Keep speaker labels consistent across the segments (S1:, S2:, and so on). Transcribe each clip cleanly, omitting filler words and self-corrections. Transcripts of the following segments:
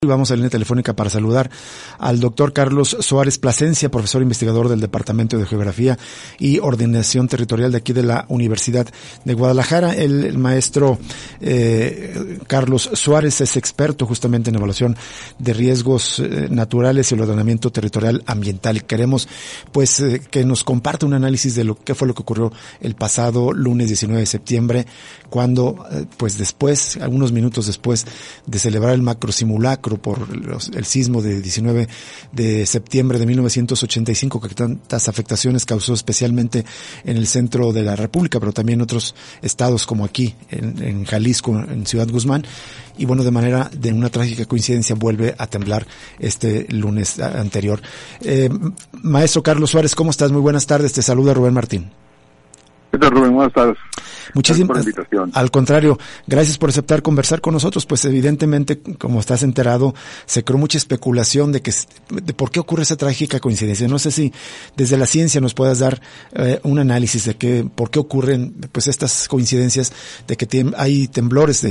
S1: Y vamos a la línea telefónica para saludar al doctor Carlos Suárez Plasencia, profesor investigador del Departamento de Geografía y Ordenación Territorial de aquí de la Universidad de Guadalajara. El maestro Carlos Suárez es experto justamente en evaluación de riesgos naturales y el ordenamiento territorial ambiental. Y queremos pues que nos comparta un análisis de qué fue lo que ocurrió el pasado lunes 19 de septiembre, cuando pues después, algunos minutos después de celebrar el macrosimulacro por el sismo de 19 de septiembre de 1985, que tantas afectaciones causó especialmente en el centro de la República, pero también en otros estados como aquí, en Jalisco, en Ciudad Guzmán. Y bueno, de una trágica coincidencia vuelve a temblar este lunes anterior. Maestro Carlos Suárez, ¿cómo estás? Muy buenas tardes, te saluda Rubén Martín.
S2: ¿Qué tal, Rubén? Buenas tardes.
S1: Muchísimas
S2: gracias por la invitación.
S1: Al contrario, gracias por aceptar conversar con nosotros. Pues evidentemente, como estás enterado, se creó mucha especulación de por qué ocurre esa trágica coincidencia. No sé si desde la ciencia nos puedas dar un análisis de por qué ocurren pues estas coincidencias, de que hay temblores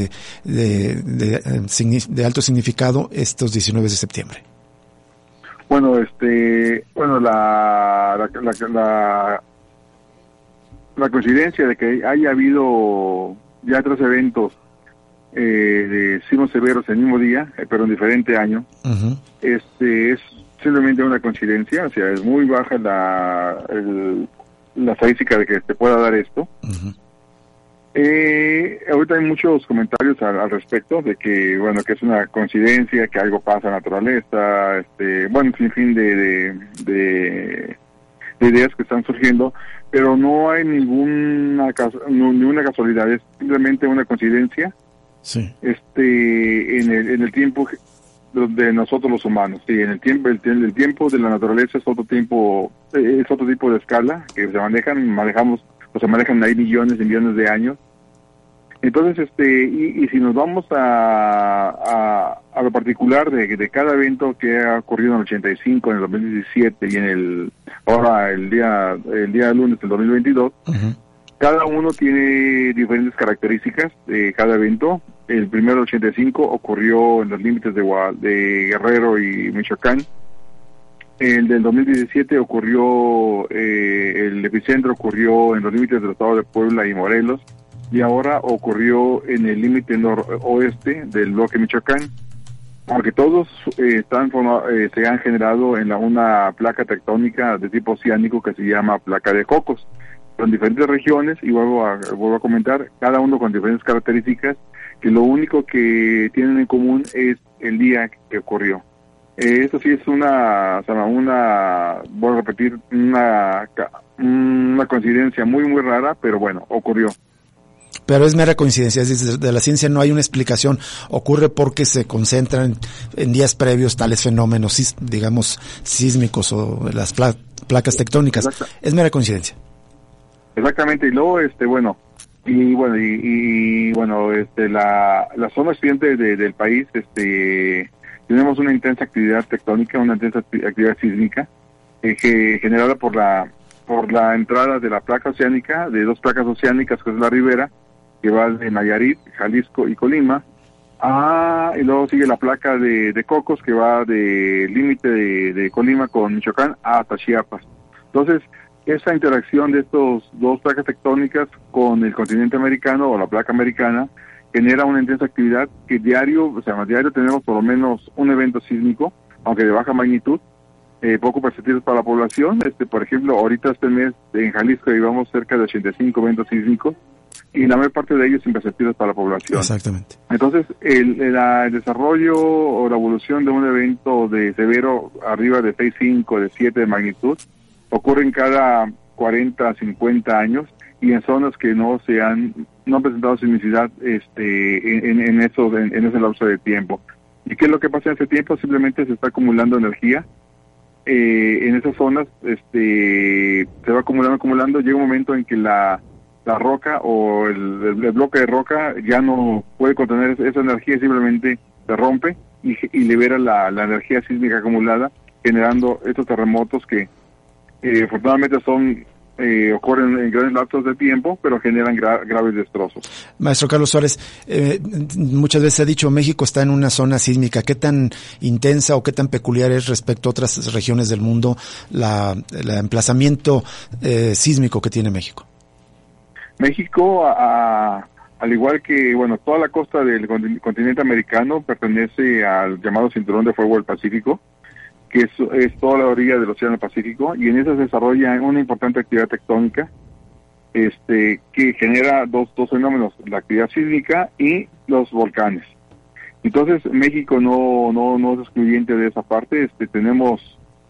S1: de alto significado estos 19 de septiembre.
S2: Bueno, la coincidencia de que haya habido ya 3 eventos de sismos severos el mismo día, pero en diferente año, uh-huh. Es simplemente una coincidencia. O sea, es muy baja la estadística de que te pueda dar esto. Uh-huh. Ahorita hay muchos comentarios al respecto de que, bueno, que es una coincidencia, que algo pasa en la naturaleza, bueno, sin fin de ideas que están surgiendo, pero no hay ninguna casualidad, es simplemente una coincidencia. Sí. En el tiempo de nosotros los humanos. Sí, en el tiempo de la naturaleza es otro tipo de escala que se manejan ahí millones y millones de años. Entonces, y si nos vamos a lo particular de cada evento que ha ocurrido en el 85, en el 2017 y el día lunes del 2022, uh-huh. Cada uno tiene diferentes características de cada evento. El primero del 85 ocurrió en los límites de Guerrero y Michoacán. El del 2017 el epicentro ocurrió en los límites del estado de Puebla y Morelos, y ahora ocurrió en el límite noroeste del bloque Michoacán, aunque todos se han generado en una placa tectónica de tipo oceánico que se llama placa de Cocos, en diferentes regiones, y vuelvo a comentar, cada uno con diferentes características, que lo único que tienen en común es el día que ocurrió. Eso sí es voy a repetir, una coincidencia muy, muy rara, pero bueno, ocurrió.
S1: Pero es mera coincidencia, es decir, de la ciencia no hay una explicación, ocurre porque se concentran en días previos tales fenómenos, digamos, sísmicos o las placas tectónicas. Exacto. Es mera coincidencia.
S2: Exactamente, y luego, la zona occidente del país, tenemos una intensa actividad tectónica, una intensa actividad sísmica, generada por la entrada de la placa oceánica, de 2 placas oceánicas, que es la ribera, que va de Nayarit, Jalisco y Colima, y luego sigue la placa de Cocos, que va del límite de Colima con Michoacán hasta Chiapas. Entonces, esa interacción de estos 2 placas tectónicas con el continente americano o la placa americana genera una intensa actividad que diario tenemos por lo menos un evento sísmico, aunque de baja magnitud, poco perceptibles para la población. Por ejemplo, ahorita este mes en Jalisco llevamos cerca de 85 eventos sísmicos, y la mayor parte de ellos imperceptibles para la población.
S1: Exactamente.
S2: Entonces, el desarrollo o la evolución de un evento de severo arriba de 6.5, de 7 de magnitud, ocurren cada 40 a 50 años, y en zonas que no han presentado sismicidad en ese lapso de tiempo. ¿Y qué es lo que pasa en ese tiempo? Simplemente se está acumulando energía. En esas zonas se va acumulando, llega un momento en que la roca o el bloque de roca ya no puede contener esa energía, simplemente se rompe y libera la energía sísmica acumulada, generando estos terremotos que afortunadamente son ocurren en grandes lapsos de tiempo, pero generan graves destrozos.
S1: Maestro Carlos Suárez, muchas veces se ha dicho México está en una zona sísmica. ¿Qué tan intensa o qué tan peculiar es respecto a otras regiones del mundo el emplazamiento sísmico que tiene México?
S2: México, al igual que toda la costa del continente americano pertenece al llamado Cinturón de Fuego del Pacífico, que es toda la orilla del Océano Pacífico, y en esa se desarrolla una importante actividad tectónica que genera dos fenómenos, la actividad sísmica y los volcanes. Entonces México no es excluyente de esa parte. Tenemos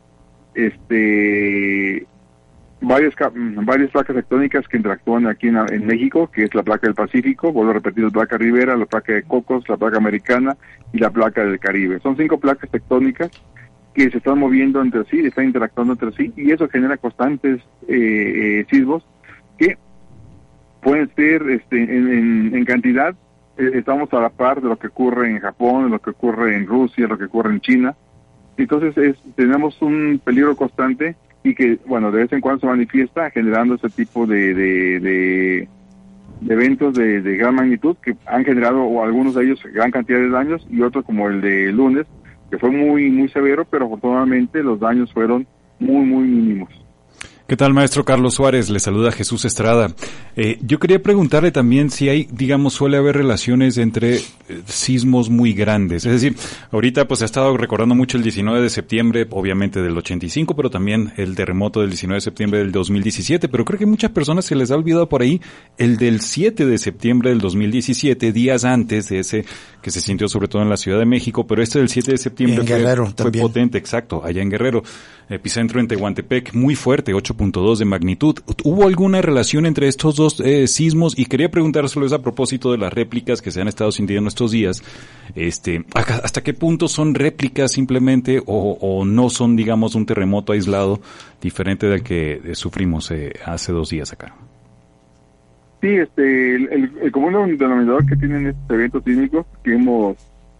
S2: varias placas tectónicas que interactúan aquí en México, que es la placa del Pacífico, vuelvo a repetir, la placa Rivera, la placa de Cocos, la placa americana y la placa del Caribe. Son 5 placas tectónicas que se están moviendo entre sí, están interactuando entre sí, y eso genera constantes sismos que pueden ser en cantidad. Estamos a la par de lo que ocurre en Japón, de lo que ocurre en Rusia, de lo que ocurre en China. Entonces tenemos un peligro constante y que, de vez en cuando se manifiesta generando ese tipo de eventos de gran magnitud que han generado, o algunos de ellos, gran cantidad de daños, y otros como el de lunes, que fue muy severo, pero afortunadamente los daños fueron muy mínimos.
S3: ¿Qué tal, maestro Carlos Suárez? Le saluda Jesús Estrada. Yo quería preguntarle también si suele haber relaciones entre sismos muy grandes. Es decir, ahorita pues ha estado recordando mucho el 19 de septiembre, obviamente del 85, pero también el terremoto del 19 de septiembre del 2017, pero creo que a muchas personas se les ha olvidado por ahí el del 7 de septiembre del 2017, días antes de ese que se sintió sobre todo en la Ciudad de México, pero del 7 de septiembre fue potente, exacto, allá en Guerrero, epicentro en Tehuantepec, muy fuerte, 8.2 de magnitud. ¿Hubo alguna relación entre estos dos sismos? Y quería preguntárselos a propósito de las réplicas que se han estado sintiendo estos días. ¿Hasta qué punto son réplicas simplemente o no son, digamos, un terremoto aislado diferente del que sufrimos hace 2 días acá?
S2: Sí, el común denominador que tienen estos eventos sísmicos que hemos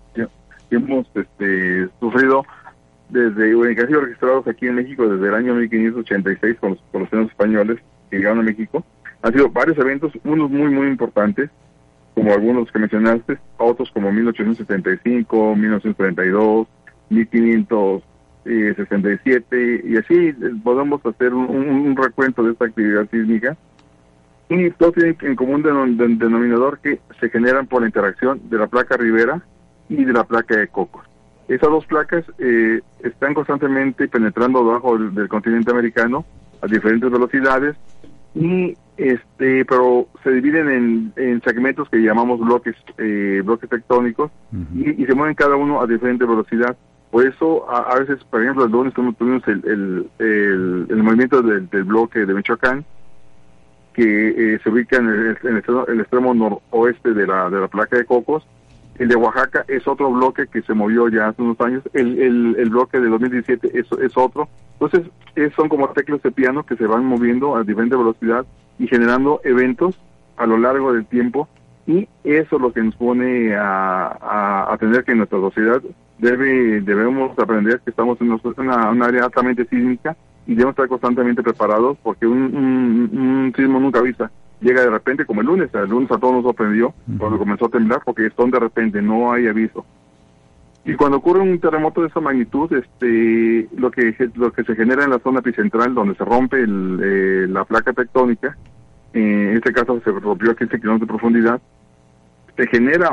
S2: sufrido que han sido registrados aquí en México desde el año 1586 con los españoles que llegaron a México, han sido varios eventos, unos muy importantes, como algunos que mencionaste, otros como 1875, 1942, 1567, y así podemos hacer un recuento de esta actividad sísmica. Y todos tienen en común denominador que se generan por la interacción de la placa Rivera y de la placa de Cocos. Esas 2 placas están constantemente penetrando debajo del continente americano a diferentes velocidades, y pero se dividen en segmentos que llamamos bloques tectónicos, y se mueven cada uno a diferente velocidad. Por eso a veces, por ejemplo, el lunes tuvimos el movimiento del bloque de Michoacán, que se ubica en el extremo noroeste de la placa de Cocos. El de Oaxaca es otro bloque que se movió ya hace unos años. El bloque de 2017 es otro. Entonces, son como teclas de piano que se van moviendo a diferente velocidad y generando eventos a lo largo del tiempo. Y eso es lo que nos pone a tener que en nuestra sociedad debemos aprender que estamos en una área altamente sísmica y debemos estar constantemente preparados, porque un sismo nunca avisa. Llega de repente, como el lunes a todos nos sorprendió cuando comenzó a temblar, porque son de repente, no hay aviso. Y cuando ocurre un terremoto de esa magnitud, lo que se genera en la zona epicentral, donde se rompe la placa tectónica, en este caso se rompió a 15 kilómetros de profundidad, se genera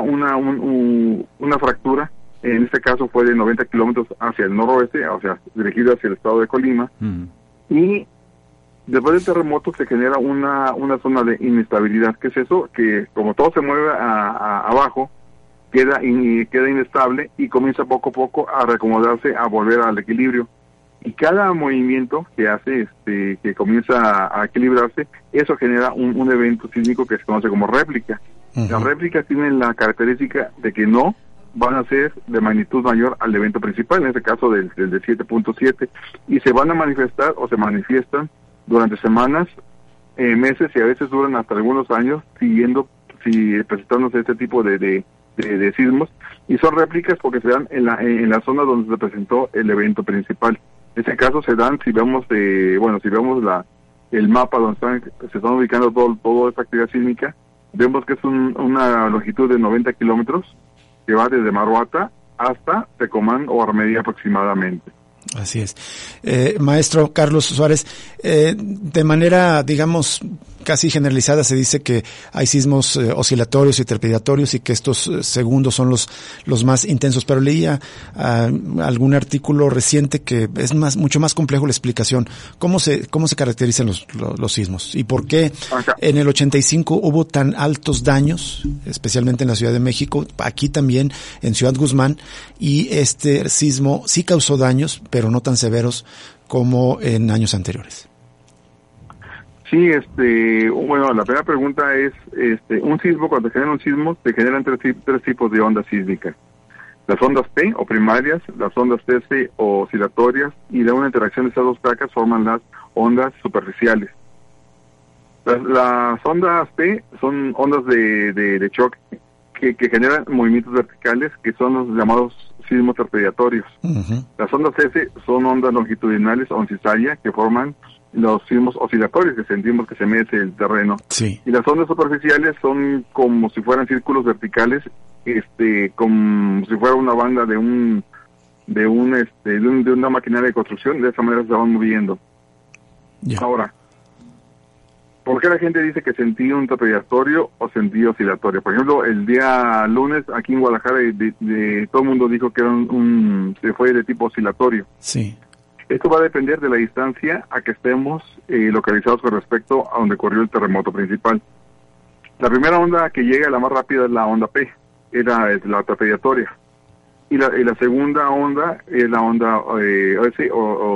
S2: una fractura. En este caso fue de 90 kilómetros hacia el noroeste, o sea, dirigido hacia el estado de Colima, y después del terremoto se genera una zona de inestabilidad. ¿Qué es eso? Que como todo se mueve abajo, queda inestable y comienza poco a poco a reacomodarse, a volver al equilibrio. Y cada movimiento que hace, que comienza a equilibrarse, eso genera un evento sísmico que se conoce como réplica. Las réplicas tienen la característica de que no van a ser de magnitud mayor al evento principal, en este caso del de 7.7, y se van a manifestar o se manifiestan durante semanas, meses, y a veces duran hasta algunos años presentándose este tipo de sismos, y son réplicas porque se dan en la zona donde se presentó el evento principal. En este caso se dan, si vemos el mapa donde se están ubicando toda esta actividad sísmica, vemos que es una longitud de 90 kilómetros que va desde Maruata hasta Tecomán o Armería aproximadamente.
S1: Así es. Maestro Carlos Suárez, de manera, digamos, casi generalizada se dice que hay sismos oscilatorios y trepidatorios y que estos segundos son los más intensos, pero leía algún artículo reciente que es mucho más complejo la explicación. ¿Cómo se caracterizan los sismos? ¿Y por qué en el 85 hubo tan altos daños, especialmente en la Ciudad de México, aquí también en Ciudad Guzmán, y este sismo sí causó daños, pero no tan severos como en años anteriores?
S2: Sí, bueno, la primera pregunta es, un sismo, cuando se genera un sismo, se generan tres tipos de ondas sísmicas. Las ondas P, o primarias, las ondas TC, o oscilatorias, y de una interacción de estas dos placas forman las ondas superficiales. Las ondas P son ondas de choque que generan movimientos verticales, que son los llamados sismos trepidatorios. Uh-huh. Las ondas S son ondas longitudinales o oncisalla que forman los sismos oscilatorios, que sentimos que se mece el terreno. Sí. Y las ondas superficiales son como si fueran círculos verticales, como si fuera una banda de una maquinaria de construcción. De esa manera se van moviendo. Yeah. Ahora, ¿por qué la gente dice que sentí un trepidatorio o sentí oscilatorio? Por ejemplo, el día lunes aquí en Guadalajara todo el mundo dijo que era se fue de tipo oscilatorio. Sí. Esto va a depender de la distancia a que estemos localizados con respecto a donde ocurrió el terremoto principal. La primera onda que llega, la más rápida, es la onda P, es la trepidatoria. Y la segunda onda es la onda S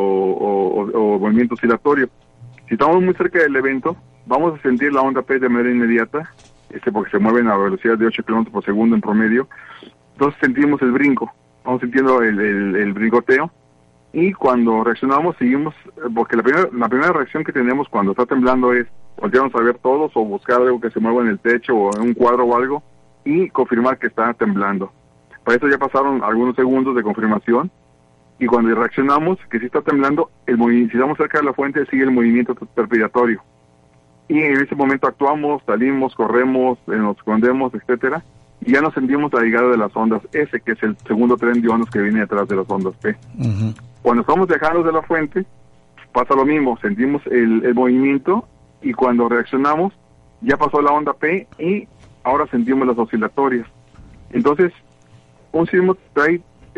S2: o movimiento oscilatorio. Si estamos muy cerca del evento, vamos a sentir la onda P de manera inmediata, porque se mueven a velocidad de 8 kilómetros por segundo en promedio. Entonces sentimos el brinco, vamos sintiendo el brincoteo. Y cuando reaccionamos seguimos, porque la primera reacción que tenemos cuando está temblando es voltearnos a ver todos o buscar algo que se mueva en el techo o en un cuadro o algo y confirmar que está temblando. Para eso ya pasaron algunos segundos de confirmación y cuando reaccionamos que sí está temblando, si estamos cerca de la fuente sigue el movimiento trepidatorio. Y en ese momento actuamos, salimos, corremos, nos escondemos, etcétera, y ya nos sentimos la llegada de las ondas S, que es el segundo tren de ondas que viene detrás de las ondas P. Uh-huh. Cuando estamos lejanos de la fuente, pasa lo mismo, sentimos el movimiento y cuando reaccionamos, ya pasó la onda P y ahora sentimos las oscilatorias. Entonces, un sismo trae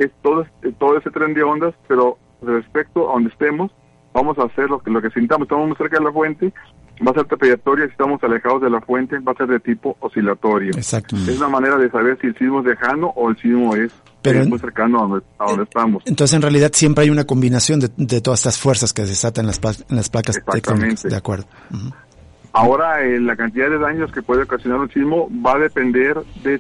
S2: todo ese tren de ondas, pero respecto a donde estemos, vamos a hacer lo que sintamos. Estamos muy cerca de la fuente, va a ser trepidatoria. Si estamos alejados de la fuente, va a ser de tipo oscilatorio. Exacto. Es una manera de saber si el sismo es lejano o el sismo es muy cercano a donde estamos. Entonces, en realidad, siempre hay una combinación de todas estas fuerzas que desatan en las placas tectónicas. De acuerdo. Uh-huh. Ahora, la cantidad de daños que puede ocasionar un sismo va a depender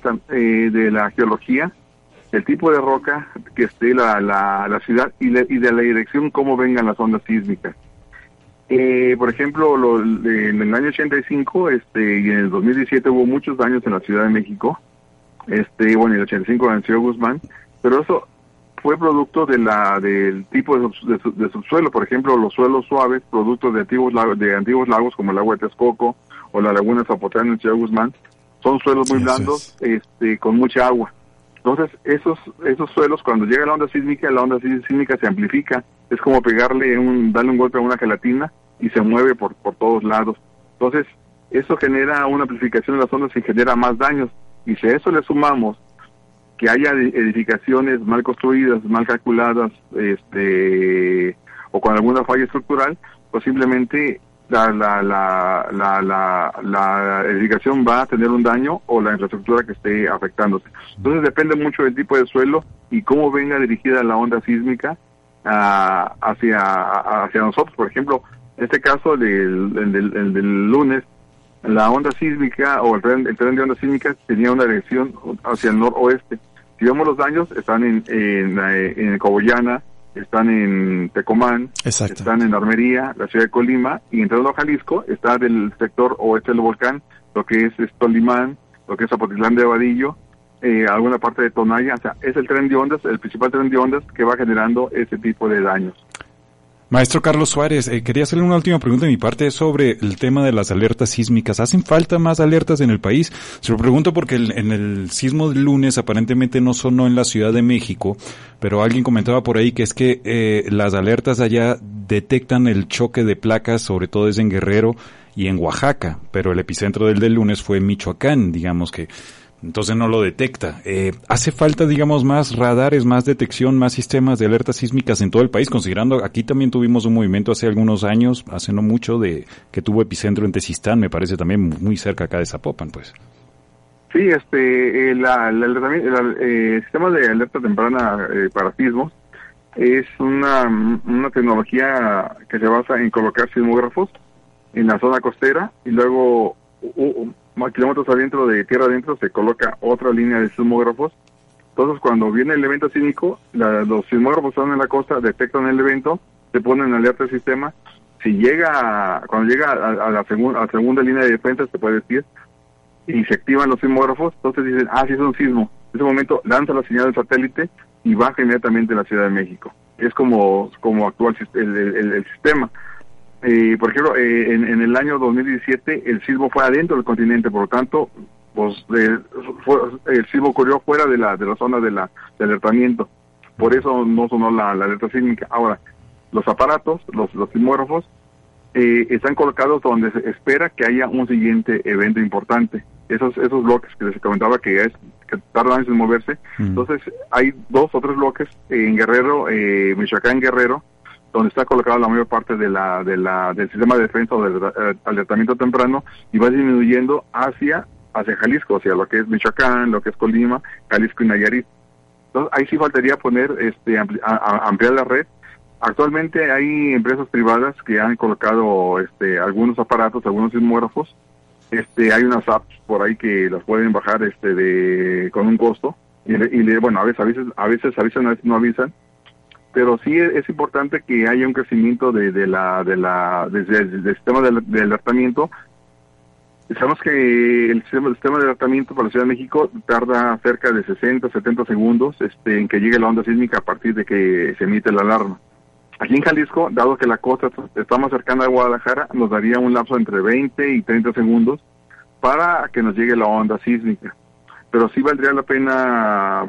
S2: de la geología, el tipo de roca que esté la ciudad y de la dirección cómo vengan las ondas sísmicas. Por ejemplo, en el año 85 y en el 2017 hubo muchos daños en la Ciudad de México, en el 85 en Ciudad Guzmán, pero eso fue producto del tipo de subsuelo. Por ejemplo, los suelos suaves, producto de antiguos lagos como el lago de Texcoco o la laguna Zapotlán en Ciudad Guzmán, son suelos muy blandos, con mucha agua. Entonces, esos suelos, cuando llega la onda sísmica se amplifica. Es como darle un golpe a una gelatina y se mueve por todos lados. Entonces, eso genera una amplificación de las ondas y genera más daños. Y si a eso le sumamos que haya edificaciones mal construidas, mal calculadas, o con alguna falla estructural, pues simplemente la edificación va a tener un daño o la infraestructura que esté afectándose. Entonces depende mucho del tipo de suelo y cómo venga dirigida la onda sísmica hacia nosotros. Por ejemplo, en este caso del lunes, la onda sísmica o el tren de onda sísmica tenía una dirección hacia el noroeste. Si vemos los daños, están en Cobollana, están en Tecomán, exacto, están en Armería, la ciudad de Colima, y entrando a Jalisco está del sector oeste del volcán, lo que es Tolimán, lo que es Zapotitlán de Vadillo, alguna parte de Tonaya. O sea, es el tren de ondas, el principal tren de ondas que va generando ese tipo de daños.
S3: Maestro Carlos Suárez, quería hacerle una última pregunta de mi parte sobre el tema de las alertas sísmicas. ¿Hacen falta más alertas en el país? Se lo pregunto porque en el sismo del lunes aparentemente no sonó en la Ciudad de México, pero alguien comentaba por ahí que es que las alertas allá detectan el choque de placas, sobre todo es en Guerrero y en Oaxaca, pero el epicentro del lunes fue en Michoacán, digamos que entonces no lo detecta. ¿Hace falta, digamos, más radares, más detección, más sistemas de alertas sísmicas en todo el país? Considerando, aquí también tuvimos un movimiento hace algunos años, hace no mucho, que tuvo epicentro en Tezistán, me parece también muy cerca acá de Zapopan, pues.
S2: Sí, el sistema de alerta temprana para sismos es una tecnología que se basa en colocar sismógrafos en la zona costera y luego kilómetros adentro de tierra adentro se coloca otra línea de sismógrafos. Entonces cuando viene el evento sísmico, los sismógrafos están en la costa, detectan el evento, se ponen en alerta al sistema. Cuando llega a la segunda línea de defensa, se puede decir, y se activan los sismógrafos, entonces dicen, sí es un sismo. En ese momento lanza la señal del satélite y baja inmediatamente a la Ciudad de México. Es como actúa el sistema. Por ejemplo, en el año 2017 el sismo fue adentro del continente, por lo tanto, el sismo ocurrió fuera de la zona de alertamiento. Por eso no sonó la alerta sísmica. Ahora, los aparatos, los sismógrafos, están colocados donde se espera que haya un siguiente evento importante. Esos bloques que les comentaba que tardan años en moverse. Entonces, hay 2 o 3 bloques en Guerrero, Michoacán, Guerrero, donde está colocada la mayor parte del sistema de defensa o del alertamiento temprano, y va disminuyendo hacia Jalisco, hacia lo que es Michoacán, lo que es Colima, Jalisco y Nayarit. Entonces ahí sí faltaría poner, ampliar la red. Actualmente hay empresas privadas que han colocado algunos aparatos, algunos sismógrafos. Hay unas apps por ahí que las pueden bajar con un costo, bueno, a veces avisan, a veces no avisan. Pero sí es importante que haya un crecimiento del sistema de alertamiento. Sabemos que el sistema de alertamiento para la Ciudad de México tarda cerca de 60, 70 segundos en que llegue la onda sísmica a partir de que se emite la alarma. Aquí en Jalisco, dado que la costa está más cercana a Guadalajara, nos daría un lapso entre 20 y 30 segundos para que nos llegue la onda sísmica. Pero sí valdría la pena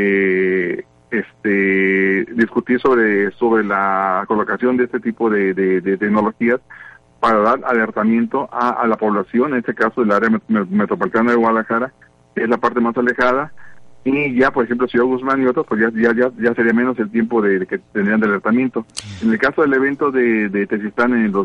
S2: discutir sobre la colocación de este tipo de tecnologías para dar alertamiento a la población, en este caso del área metropolitana de Guadalajara, que es la parte más alejada, y ya, por ejemplo, Ciudad Guzmán y otros, pues ya sería menos el tiempo de que tendrían de alertamiento. En el caso del evento de Tezistán en el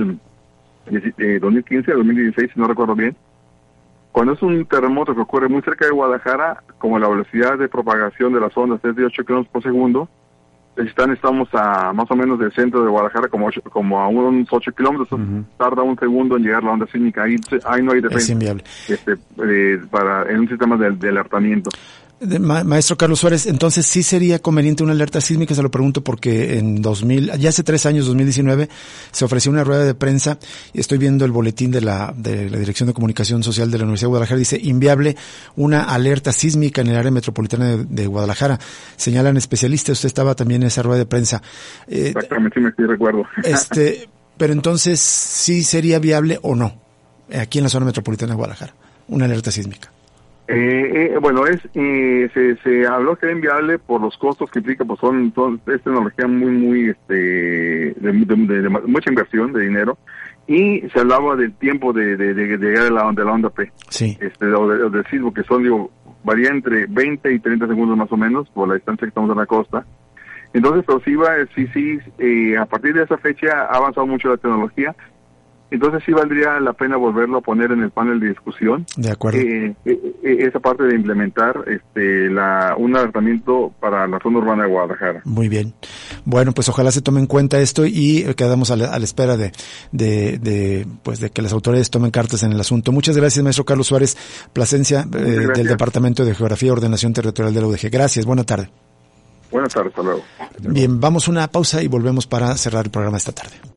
S2: 2015, 2016, si no recuerdo bien, cuando es un terremoto que ocurre muy cerca de Guadalajara, como la velocidad de propagación de las ondas es de 8 kilómetros por segundo, estamos a más o menos del centro de Guadalajara como a unos 8 kilómetros, tarda un segundo en llegar la onda sísmica, ahí no hay defensa.
S1: Es inviable.
S2: En un sistema de alertamiento.
S1: Maestro Carlos Suárez, entonces sí sería conveniente una alerta sísmica, se lo pregunto porque ya hace 3 años, 2019, se ofreció una rueda de prensa y estoy viendo el boletín de la Dirección de Comunicación Social de la Universidad de Guadalajara, dice inviable una alerta sísmica en el área metropolitana de Guadalajara. Señalan especialistas, usted estaba también en esa rueda de prensa.
S2: Exactamente, sí recuerdo.
S1: Pero entonces, ¿sí sería viable o no aquí en la zona metropolitana de Guadalajara una alerta sísmica?
S2: Se habló que era inviable por los costos que implica, pues es tecnología muy de mucha inversión de dinero, y se hablaba del tiempo de llegar de la onda P,
S1: sí,
S2: o del sismo, que varía entre 20 y 30 segundos más o menos por la distancia que estamos en la costa. Entonces, pero a partir de esa fecha ha avanzado mucho la tecnología. Entonces sí valdría la pena volverlo a poner en el panel de discusión.
S1: De acuerdo.
S2: Esa parte de implementar un alertamiento para la zona urbana de Guadalajara.
S1: Muy bien. Bueno, pues ojalá se tome en cuenta esto y quedamos a la espera de que las autoridades tomen cartas en el asunto. Muchas gracias, maestro Carlos Suárez Plasencia, del Departamento de Geografía y Ordenación Territorial de la UDG. Gracias, buena tarde.
S2: Buenas tardes, hasta luego.
S1: Bien, vamos a una pausa y volvemos para cerrar el programa esta tarde.